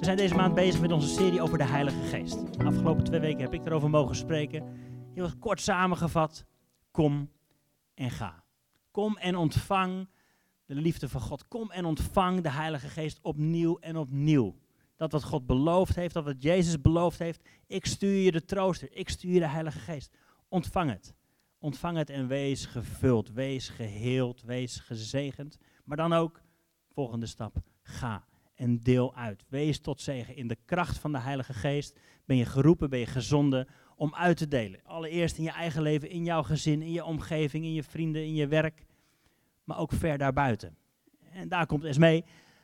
zijn deze maand bezig met onze serie over de Heilige Geest. De afgelopen 2 weken heb ik erover mogen spreken. Heel kort samengevat, kom en ga. Kom en ontvang de liefde van God. Kom en ontvang de Heilige Geest opnieuw en opnieuw. Dat wat God beloofd heeft, dat wat Jezus beloofd heeft. Ik stuur je de trooster, ik stuur je de Heilige Geest. Ontvang het. Ontvang het en wees gevuld, wees geheeld, wees gezegend. Maar dan ook, volgende stap, ga en deel uit. Wees tot zegen. In de kracht van de Heilige Geest ben je geroepen, ben je gezonden om uit te delen. Allereerst in je eigen leven, in jouw gezin, in je omgeving, in je vrienden, in je werk. Maar ook ver daarbuiten. En daar komt Esmee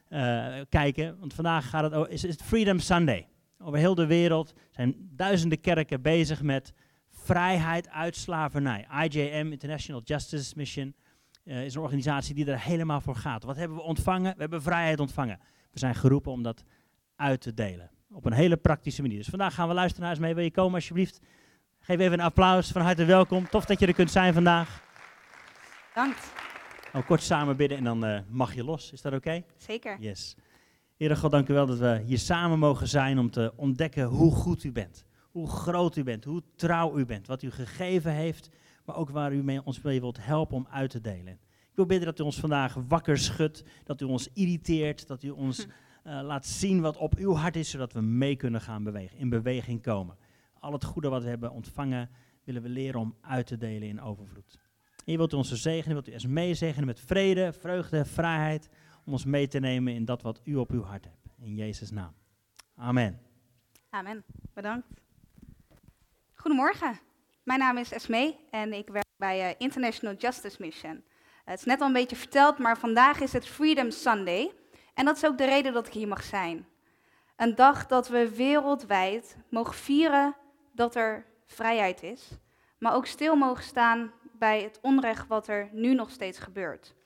kijken, want vandaag is het Freedom Sunday. Over heel de wereld zijn duizenden kerken bezig met vrijheid uit slavernij. IJM, International Justice Mission, is een organisatie die er helemaal voor gaat. Wat hebben we ontvangen? We hebben vrijheid ontvangen. We zijn geroepen om dat uit te delen. Op een hele praktische manier. Dus vandaag gaan we luisteren naar Esmee. Wil je komen alsjeblieft? Geef even een applaus. Van harte welkom. Tof dat je er kunt zijn vandaag. Dank. Nou, kort samen bidden en dan mag je los. Is dat oké? Zeker. Yes. Heere God, dank u wel dat we hier samen mogen zijn om te ontdekken hoe goed u bent. Hoe groot u bent, hoe trouw u bent, wat u gegeven heeft, maar ook waar u ons mee wilt helpen om uit te delen. Ik wil bidden dat u ons vandaag wakker schudt, dat u ons irriteert, dat u ons laat zien wat op uw hart is, zodat we mee kunnen gaan bewegen, in beweging komen. Al het goede wat we hebben ontvangen, willen we leren om uit te delen in overvloed. En je wilt u ons zegenen, wilt u eens meezegenen met vrede, vreugde, vrijheid, om ons mee te nemen in dat wat u op uw hart hebt. In Jezus' naam. Amen. Amen. Bedankt. Goedemorgen. Mijn naam is Esmee en ik werk bij International Justice Mission. Het is net al een beetje verteld, maar vandaag is het Freedom Sunday. En dat is ook de reden dat ik hier mag zijn. Een dag dat we wereldwijd mogen vieren dat er vrijheid is, maar ook stil mogen staan bij het onrecht wat er nu nog steeds gebeurt.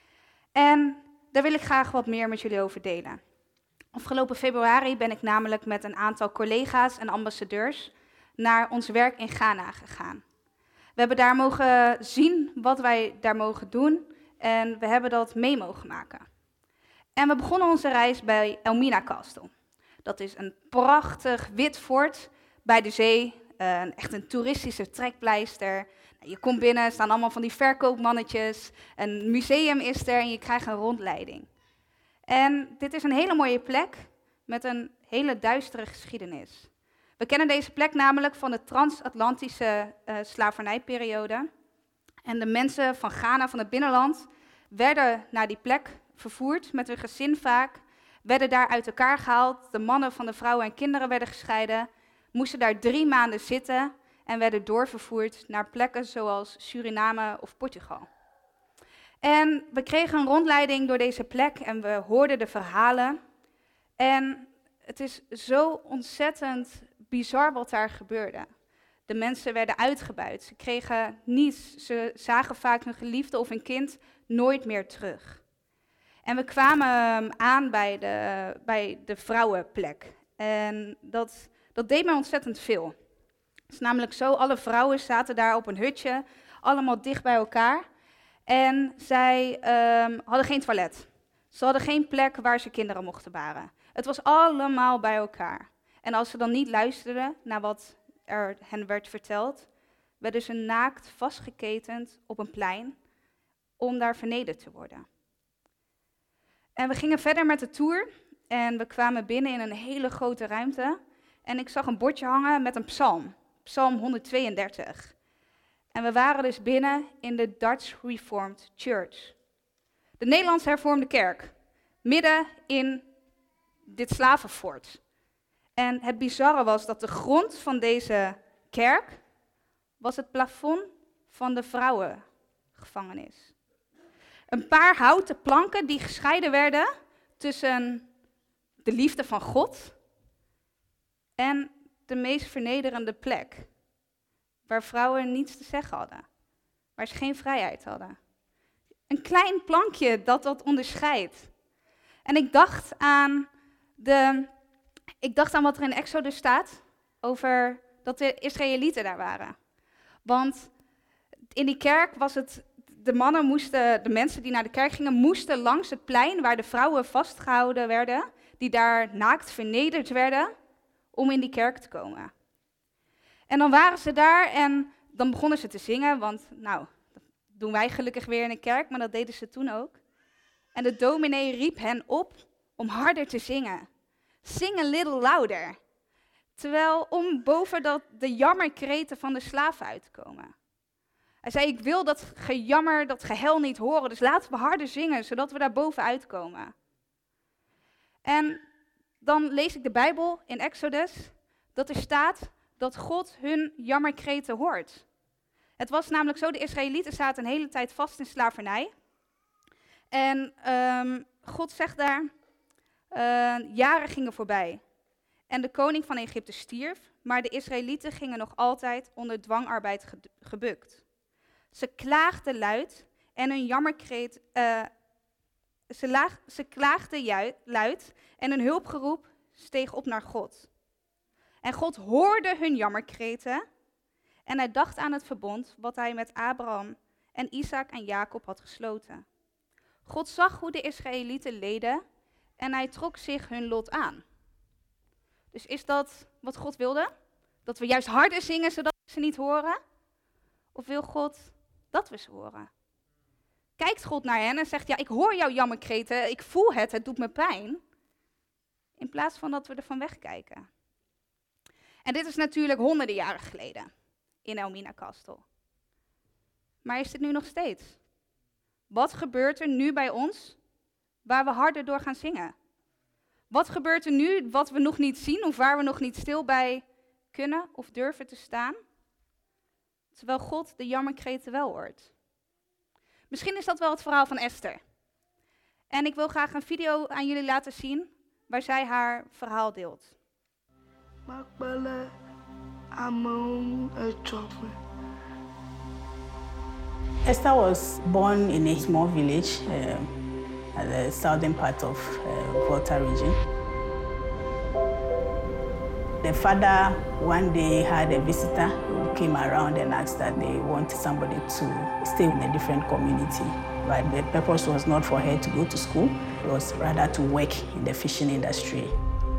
En daar wil ik graag wat meer met jullie over delen. Afgelopen februari ben ik namelijk met een aantal collega's en ambassadeurs naar ons werk in Ghana gegaan. We hebben daar mogen zien wat wij daar mogen doen en we hebben dat mee mogen maken. En we begonnen onze reis bij Elmina Castle. Dat is een prachtig wit fort bij de zee, echt een toeristische trekpleister. Je komt binnen, er staan allemaal van die verkoopmannetjes, een museum is er en je krijgt een rondleiding. En dit is een hele mooie plek met een hele duistere geschiedenis. We kennen deze plek namelijk van de transatlantische slavernijperiode. En de mensen van Ghana, van het binnenland, werden naar die plek vervoerd met hun gezin vaak. Werden daar uit elkaar gehaald, de mannen van de vrouwen en kinderen werden gescheiden. Moesten daar 3 maanden zitten en werden doorvervoerd naar plekken zoals Suriname of Portugal. En we kregen een rondleiding door deze plek en we hoorden de verhalen. En het is zo ontzettend bizar wat daar gebeurde. De mensen werden uitgebuit, ze kregen niets, ze zagen vaak hun geliefde of hun kind nooit meer terug. En we kwamen aan bij de vrouwenplek en dat deed mij ontzettend veel. Het is namelijk zo, alle vrouwen zaten daar op een hutje, allemaal dicht bij elkaar. En zij hadden geen toilet. Ze hadden geen plek waar ze kinderen mochten baren. Het was allemaal bij elkaar. En als ze dan niet luisterden naar wat er hen werd verteld, werden ze naakt vastgeketend op een plein om daar vernederd te worden. En we gingen verder met de tour en we kwamen binnen in een hele grote ruimte. En ik zag een bordje hangen met een psalm, psalm 132. En we waren dus binnen in de Dutch Reformed Church. De Nederlands Hervormde Kerk, midden in dit slavenfort. En het bizarre was dat de grond van deze kerk was het plafond van de vrouwengevangenis. Een paar houten planken die gescheiden werden tussen de liefde van God en de meest vernederende plek. Waar vrouwen niets te zeggen hadden. Waar ze geen vrijheid hadden. Een klein plankje dat onderscheidt. En ik dacht aan wat er in Exodus staat. Over dat de Israëlieten daar waren. Want in die kerk was het. De mensen die naar de kerk gingen, moesten langs het plein waar de vrouwen vastgehouden werden. die daar naakt vernederd werden om in die kerk te komen. En dan waren ze daar en dan begonnen ze te zingen, want nou, dat doen wij gelukkig weer in een kerk, maar dat deden ze toen ook. En de dominee riep hen op om harder te zingen. Sing a little louder. Terwijl om boven de jammerkreten van de slaven uit te komen. Hij zei, ik wil dat gejammer, dat gehuil niet horen, dus laten we harder zingen, zodat we daar bovenuit komen. En dan lees ik de Bijbel in Exodus, dat er staat dat God hun jammerkreten hoort. Het was namelijk zo, de Israëlieten zaten een hele tijd vast in slavernij. En God zegt daar, jaren gingen voorbij. En de koning van Egypte stierf, maar de Israëlieten gingen nog altijd onder dwangarbeid gebukt. Ze klaagden luid en hun jammerkreet, ze klaagden luid en hun hulpgeroep steeg op naar God. En God hoorde hun jammerkreten en hij dacht aan het verbond wat hij met Abraham en Isaac en Jacob had gesloten. God zag hoe de Israëlieten leden en hij trok zich hun lot aan. Dus is dat wat God wilde? Dat we juist harder zingen zodat we ze niet horen? Of wil God dat we ze horen? Kijkt God naar hen en zegt, ja, ik hoor jouw jammerkreten, ik voel het doet me pijn. In plaats van dat we ervan wegkijken. En dit is natuurlijk honderden jaren geleden in Elmina Castle. Maar is dit nu nog steeds? Wat gebeurt er nu bij ons waar we harder door gaan zingen? Wat gebeurt er nu wat we nog niet zien of waar we nog niet stil bij kunnen of durven te staan? Terwijl God de jammerkreten wel hoort. Misschien is dat wel het verhaal van Esther. En ik wil graag een video aan jullie laten zien waar zij haar verhaal deelt. Esther was born in a small village at the southern part of Volta region. The father one day had a visitor who came around and asked that they wanted somebody to stay in a different community. But the purpose was not for her to go to school, it was rather to work in the fishing industry.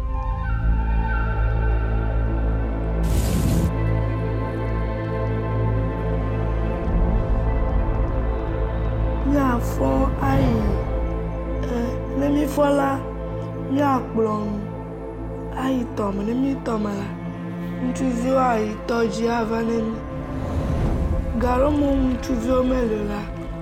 Yeah, for let me follow. Yeah, blonde. I told me, tu I told you, Avanen. Garomon, tu veux me là.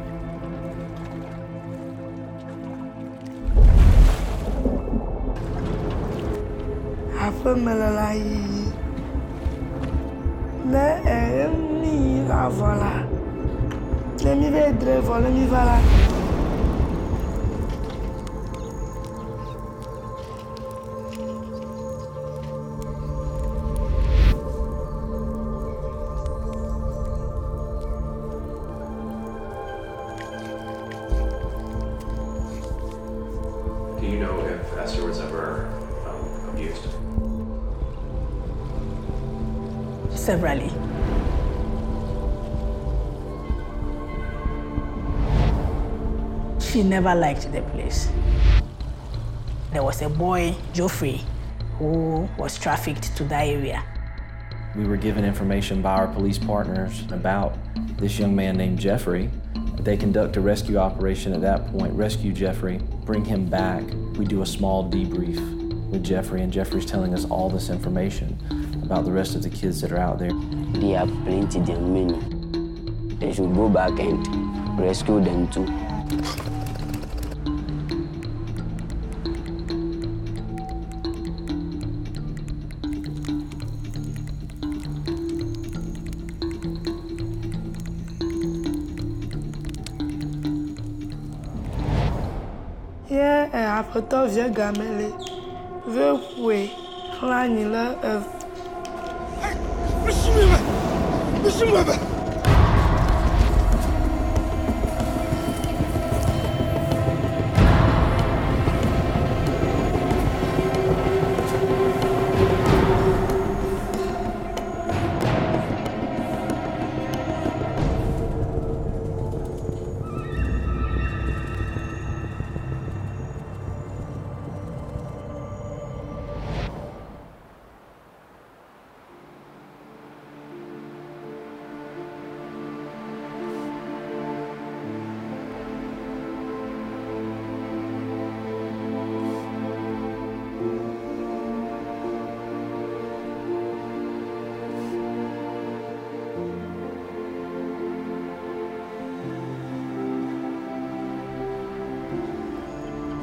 Après, me la le mi la voilà. Let me vedere, let me voilà. Do you know if Esther was ever abused? Severally. She never liked the place. There was a boy, Geoffrey, who was trafficked to that area. We were given information by our police partners about this young man named Jeffrey. They conduct a rescue operation at that point, rescue Jeffrey, bring him back. We do a small debrief with Jeffrey, and Jeffrey's telling us all this information about the rest of the kids that are out there. They have plenty of money. They should go back and rescue them too. Après toi, viens gamelle. Veux couer. Clagne là.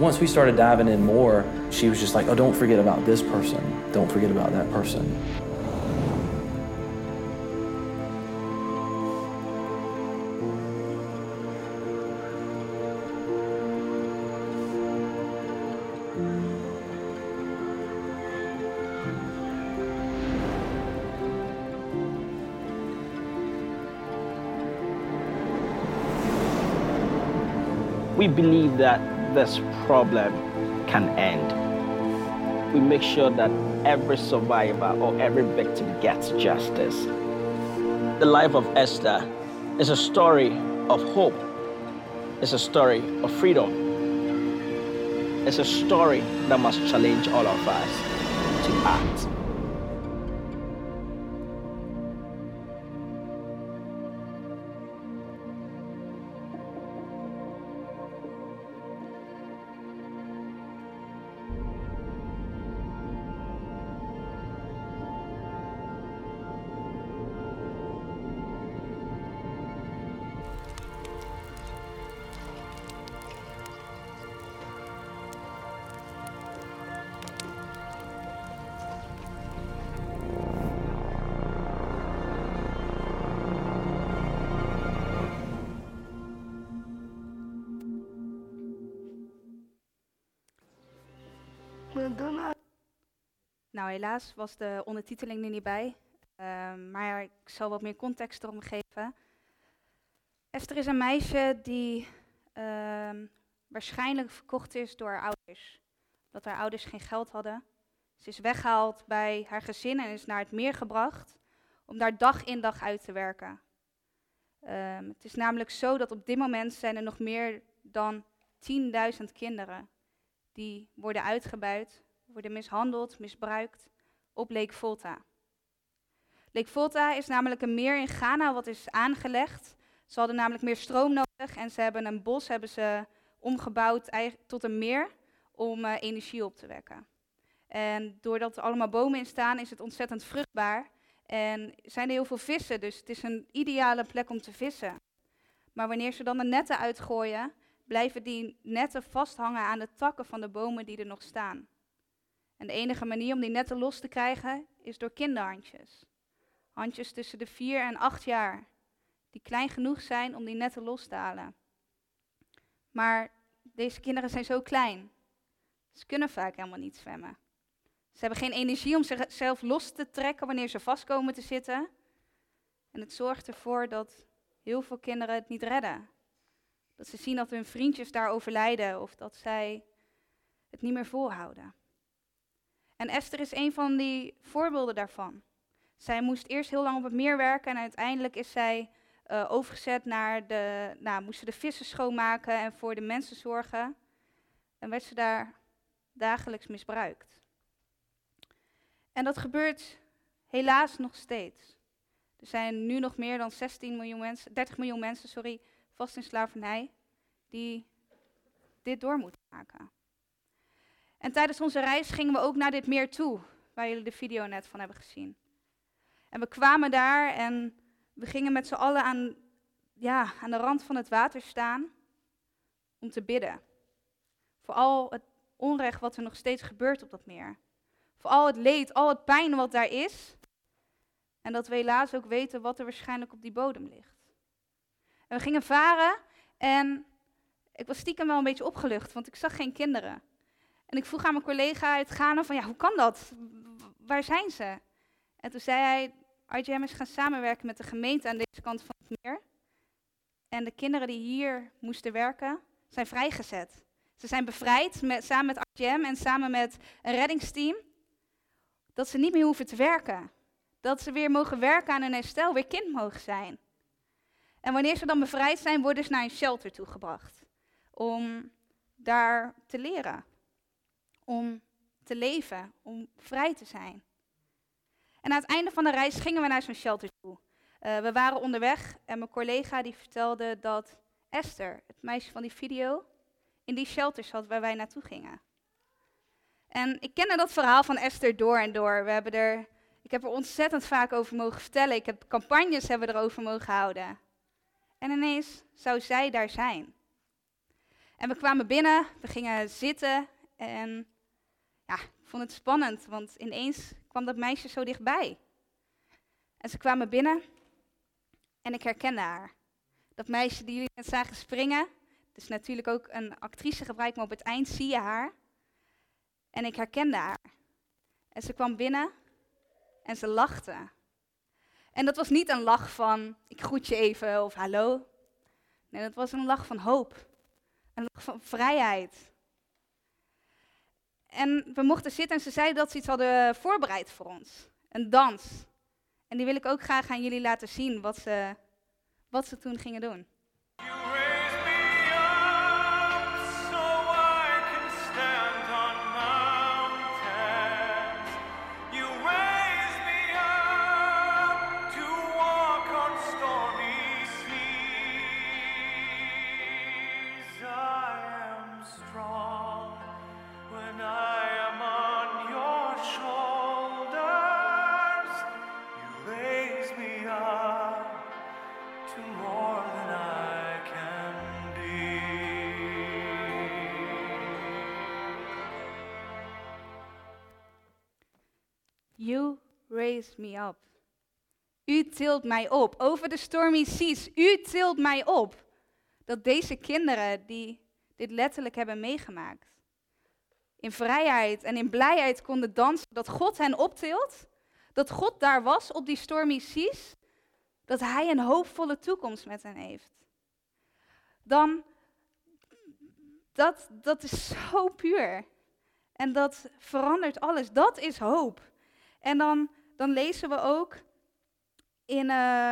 Once we started diving in more, she was just like, oh, don't forget about this person. Don't forget about that person. We believe that this problem can end. We make sure that every survivor or every victim gets justice. The life of Esther is a story of hope. It's a story of freedom. It's a story that must challenge all of us to act. Nou, helaas was de ondertiteling er niet bij, maar ik zal wat meer context erom geven. Esther is een meisje die waarschijnlijk verkocht is door haar ouders. Dat haar ouders geen geld hadden. Ze is weggehaald bij haar gezin en is naar het meer gebracht om daar dag in dag uit te werken. Het is namelijk zo dat op dit moment zijn er nog meer dan 10.000 kinderen die worden uitgebuit, worden mishandeld, misbruikt op Lake Volta. Lake Volta is namelijk een meer in Ghana wat is aangelegd. Ze hadden namelijk meer stroom nodig en ze hebben een bos omgebouwd tot een meer om energie op te wekken. En doordat er allemaal bomen in staan is het ontzettend vruchtbaar en zijn er heel veel vissen, dus het is een ideale plek om te vissen. Maar wanneer ze dan de netten uitgooien, blijven die netten vasthangen aan de takken van de bomen die er nog staan. En de enige manier om die netten los te krijgen is door kinderhandjes. Handjes tussen de 4 en 8 jaar, die klein genoeg zijn om die netten los te halen. Maar deze kinderen zijn zo klein. Ze kunnen vaak helemaal niet zwemmen. Ze hebben geen energie om zichzelf los te trekken wanneer ze vast komen te zitten. En het zorgt ervoor dat heel veel kinderen het niet redden. Dat ze zien dat hun vriendjes daar overlijden of dat zij het niet meer volhouden. En Esther is een van die voorbeelden daarvan. Zij moest eerst heel lang op het meer werken en uiteindelijk is zij overgezet naar moest ze de vissen schoonmaken en voor de mensen zorgen. En werd ze daar dagelijks misbruikt. En dat gebeurt helaas nog steeds. Er zijn nu nog meer dan 30 miljoen mensen vast in slavernij die dit door moeten maken. En tijdens onze reis gingen we ook naar dit meer toe, waar jullie de video net van hebben gezien. En we kwamen daar en we gingen met z'n allen aan de rand van het water staan om te bidden. Voor al het onrecht wat er nog steeds gebeurt op dat meer. Voor al het leed, al het pijn wat daar is. En dat we helaas ook weten wat er waarschijnlijk op die bodem ligt. En we gingen varen en ik was stiekem wel een beetje opgelucht, want ik zag geen kinderen. En ik vroeg aan mijn collega uit Ghana van, hoe kan dat? Waar zijn ze? En toen zei hij, RGM is gaan samenwerken met de gemeente aan deze kant van het meer. En de kinderen die hier moesten werken, zijn vrijgezet. Ze zijn bevrijd, samen met RGM en samen met een reddingsteam, dat ze niet meer hoeven te werken. Dat ze weer mogen werken aan hun herstel, weer kind mogen zijn. En wanneer ze dan bevrijd zijn, worden ze naar een shelter toegebracht. Om daar te leren. Om te leven, om vrij te zijn. En aan het einde van de reis gingen we naar zo'n shelter toe. We waren onderweg en mijn collega die vertelde dat Esther, het meisje van die video, in die shelter zat waar wij naartoe gingen. En ik kende dat verhaal van Esther door en door. Ik heb er ontzettend vaak over mogen vertellen. Ik heb campagnes erover mogen houden. En ineens zou zij daar zijn. En we kwamen binnen, we gingen zitten en ja, ik vond het spannend, want ineens kwam dat meisje zo dichtbij. En ze kwamen binnen en ik herkende haar. Dat meisje die jullie net zagen springen, dus natuurlijk ook een actrice gebruikt, maar op het eind zie je haar. En ik herkende haar. En ze kwam binnen en ze lachte. En dat was niet een lach van, ik groet je even of hallo. Nee, dat was een lach van hoop. Een lach van vrijheid. En we mochten zitten en ze zeiden dat ze iets hadden voorbereid voor ons. Een dans. En die wil ik ook graag aan jullie laten zien, wat ze toen gingen doen. You raise me up. U tilt mij op. Over de stormy seas. U tilt mij op. Dat deze kinderen die dit letterlijk hebben meegemaakt, in vrijheid en in blijheid konden dansen. Dat God hen optilt. Dat God daar was op die stormy seas. Dat hij een hoopvolle toekomst met hen heeft. Dan, dat is zo puur. En dat verandert alles. Dat is hoop. En dan lezen we ook in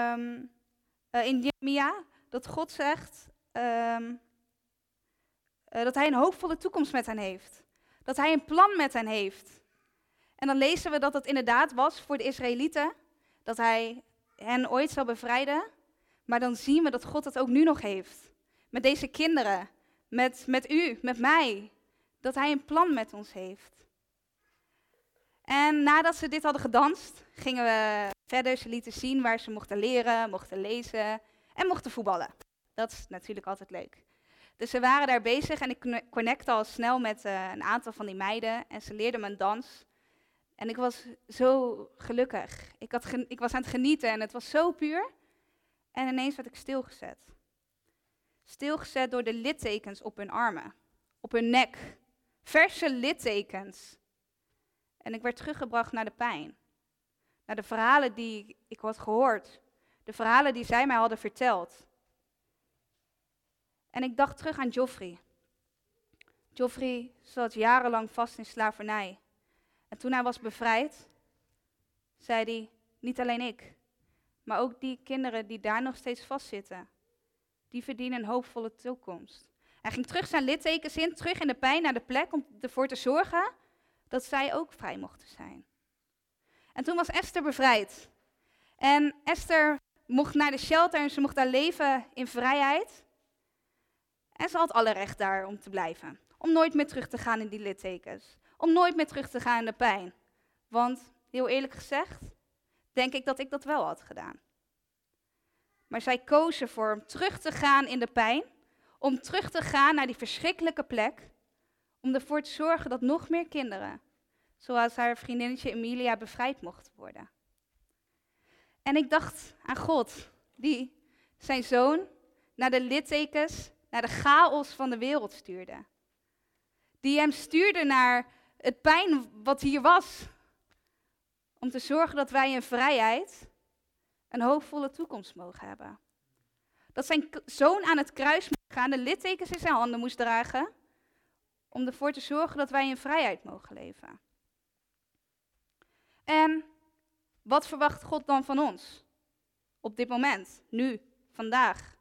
Jeremia dat God zegt dat hij een hoopvolle toekomst met hen heeft. Dat hij een plan met hen heeft. En dan lezen we dat het inderdaad was voor de Israëlieten, dat hij hen ooit zal bevrijden. Maar dan zien we dat God het ook nu nog heeft. Met deze kinderen, met u, met mij. Dat hij een plan met ons heeft. En nadat ze dit hadden gedanst, gingen we verder. Ze lieten zien waar ze mochten leren, mochten lezen en mochten voetballen. Dat is natuurlijk altijd leuk. Dus ze waren daar bezig en ik connecte al snel met een aantal van die meiden. En ze leerden me een dans. En ik was zo gelukkig. Ik was aan het genieten en het was zo puur. En ineens werd ik stilgezet. Stilgezet door de littekens op hun armen, op hun nek. Verse littekens. En ik werd teruggebracht naar de pijn. Naar de verhalen die ik had gehoord. De verhalen die zij mij hadden verteld. En ik dacht terug aan Joffrey. Joffrey zat jarenlang vast in slavernij. En toen hij was bevrijd, zei hij, niet alleen ik, maar ook die kinderen die daar nog steeds vastzitten, die verdienen een hoopvolle toekomst. Hij ging terug zijn littekens in, terug in de pijn naar de plek om ervoor te zorgen dat zij ook vrij mochten zijn. En toen was Esther bevrijd. En Esther mocht naar de shelter en ze mocht daar leven in vrijheid. En ze had alle recht daar om te blijven. Om nooit meer terug te gaan in die littekens. Om nooit meer terug te gaan in de pijn. Want, heel eerlijk gezegd, denk ik dat ik dat wel had gedaan. Maar zij koos ervoor om terug te gaan in de pijn. Om terug te gaan naar die verschrikkelijke plek. Om ervoor te zorgen dat nog meer kinderen, zoals haar vriendinnetje Emilia, bevrijd mochten worden. En ik dacht aan God, die zijn zoon naar de littekens, naar de chaos van de wereld stuurde. Die hem stuurde naar het pijn wat hier was. Om te zorgen dat wij in vrijheid een hoopvolle toekomst mogen hebben. Dat zijn zoon aan het kruis moest gaan, de littekens in zijn handen moest dragen. Om ervoor te zorgen dat wij in vrijheid mogen leven. En wat verwacht God dan van ons? Op dit moment, nu, vandaag.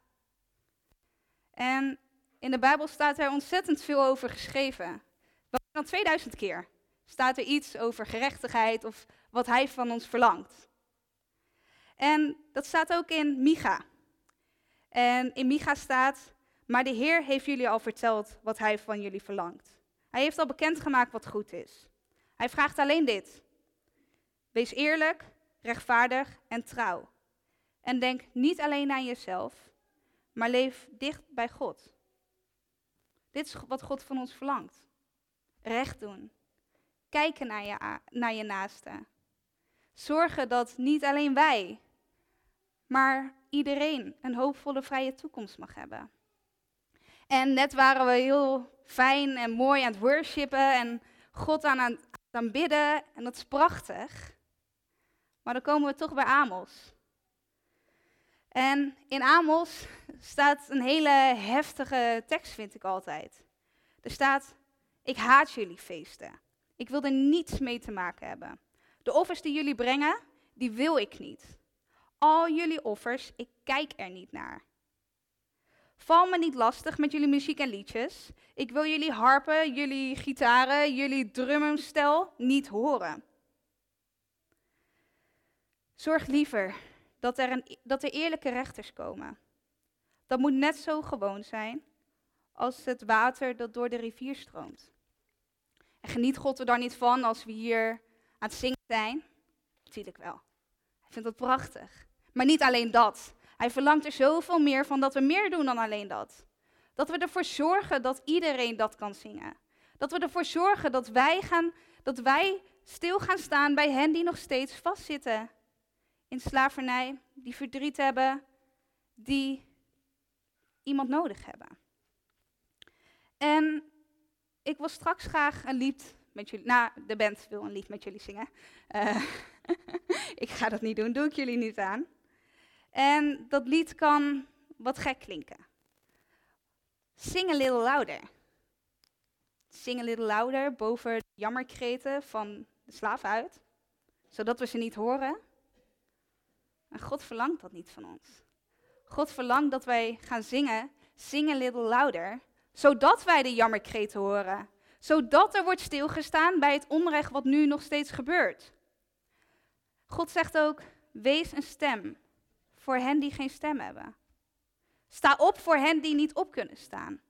En in de Bijbel staat er ontzettend veel over geschreven. Wel dan 2000 keer staat er iets over gerechtigheid of wat hij van ons verlangt. En dat staat ook in Micha. En in Micha staat, maar de Heer heeft jullie al verteld wat hij van jullie verlangt. Hij heeft al bekendgemaakt wat goed is. Hij vraagt alleen dit. Wees eerlijk, rechtvaardig en trouw. En denk niet alleen aan jezelf, maar leef dicht bij God. Dit is wat God van ons verlangt. Recht doen. Kijken naar je naaste. Zorgen dat niet alleen wij, maar iedereen een hoopvolle, vrije toekomst mag hebben. En net waren we heel fijn en mooi aan het worshipen en God aan het aanbidden. En dat is prachtig. Maar dan komen we toch bij Amos. En in Amos staat een hele heftige tekst, vind ik altijd. Er staat, ik haat jullie feesten. Ik wil er niets mee te maken hebben. De offers die jullie brengen, die wil ik niet. Al jullie offers, ik kijk er niet naar. Val me niet lastig met jullie muziek en liedjes. Ik wil jullie harpen, jullie gitaren, jullie drummenstel niet horen. Zorg liever dat er eerlijke rechters komen. Dat moet net zo gewoon zijn als het water dat door de rivier stroomt. En geniet God er dan niet van als we hier aan het zingen zijn? Natuurlijk wel. Hij vindt dat prachtig. Maar niet alleen dat. Hij verlangt er zoveel meer van dat we meer doen dan alleen dat. Dat we ervoor zorgen dat iedereen dat kan zingen. Dat we ervoor zorgen dat wij stil gaan staan bij hen die nog steeds vastzitten in slavernij, die verdriet hebben, die iemand nodig hebben. En ik wil straks graag een lied met jullie, de band wil een lied met jullie zingen. Ik ga dat niet doen, doe ik jullie niet aan. En dat lied kan wat gek klinken. Sing a little louder. Sing a little louder boven de jammerkreten van de slaaf uit, zodat we ze niet horen. En God verlangt dat niet van ons. God verlangt dat wij gaan zingen, sing a little louder, zodat wij de jammerkreten horen. Zodat er wordt stilgestaan bij het onrecht wat nu nog steeds gebeurt. God zegt ook, wees een stem voor hen die geen stem hebben. Sta op voor hen die niet op kunnen staan.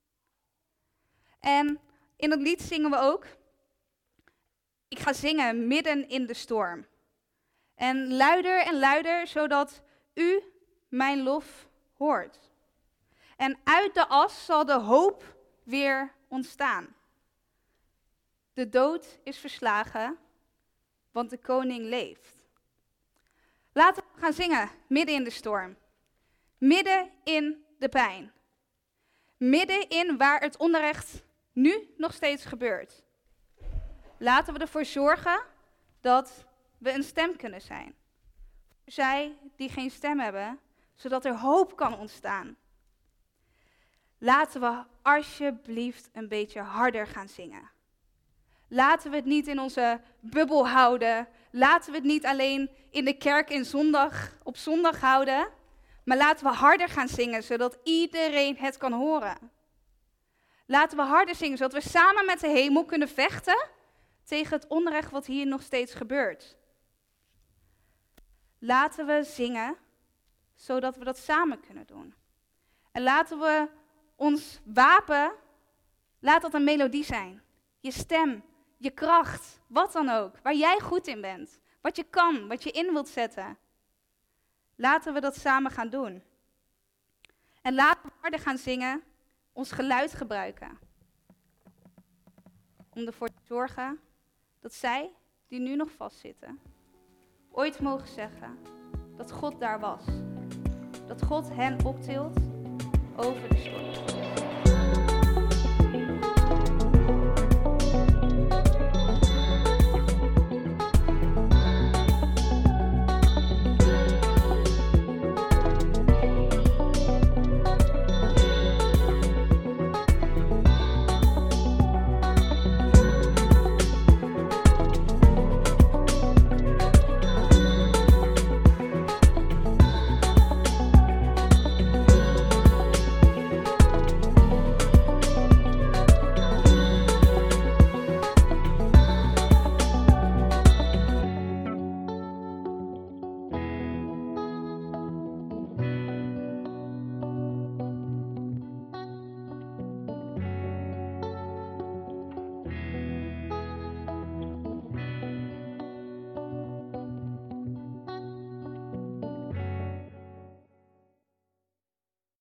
En in het lied zingen we ook, ik ga zingen midden in de storm. En luider, zodat u mijn lof hoort. En uit de as zal de hoop weer ontstaan. De dood is verslagen, want de koning leeft. Laten we gaan zingen, midden in de storm. Midden in de pijn. Midden in waar het onrecht nu nog steeds gebeurt. Laten we ervoor zorgen dat we een stem kunnen zijn. Voor zij die geen stem hebben, zodat er hoop kan ontstaan. Laten we alsjeblieft een beetje harder gaan zingen. Laten we het niet in onze bubbel houden. Laten we het niet alleen in de kerk op zondag houden. Maar laten we harder gaan zingen, zodat iedereen het kan horen. Laten we harder zingen, zodat we samen met de hemel kunnen vechten tegen het onrecht wat hier nog steeds gebeurt. Laten we zingen, zodat we dat samen kunnen doen. En laten we ons wapen, laat dat een melodie zijn. Je stem, je kracht, wat dan ook, waar jij goed in bent. Wat je kan, wat je in wilt zetten. Laten we dat samen gaan doen. En laten we harder gaan zingen, ons geluid gebruiken. Om ervoor te zorgen dat zij, die nu nog vastzitten, ooit mogen zeggen dat God daar was. Dat God hen optilt over de storm.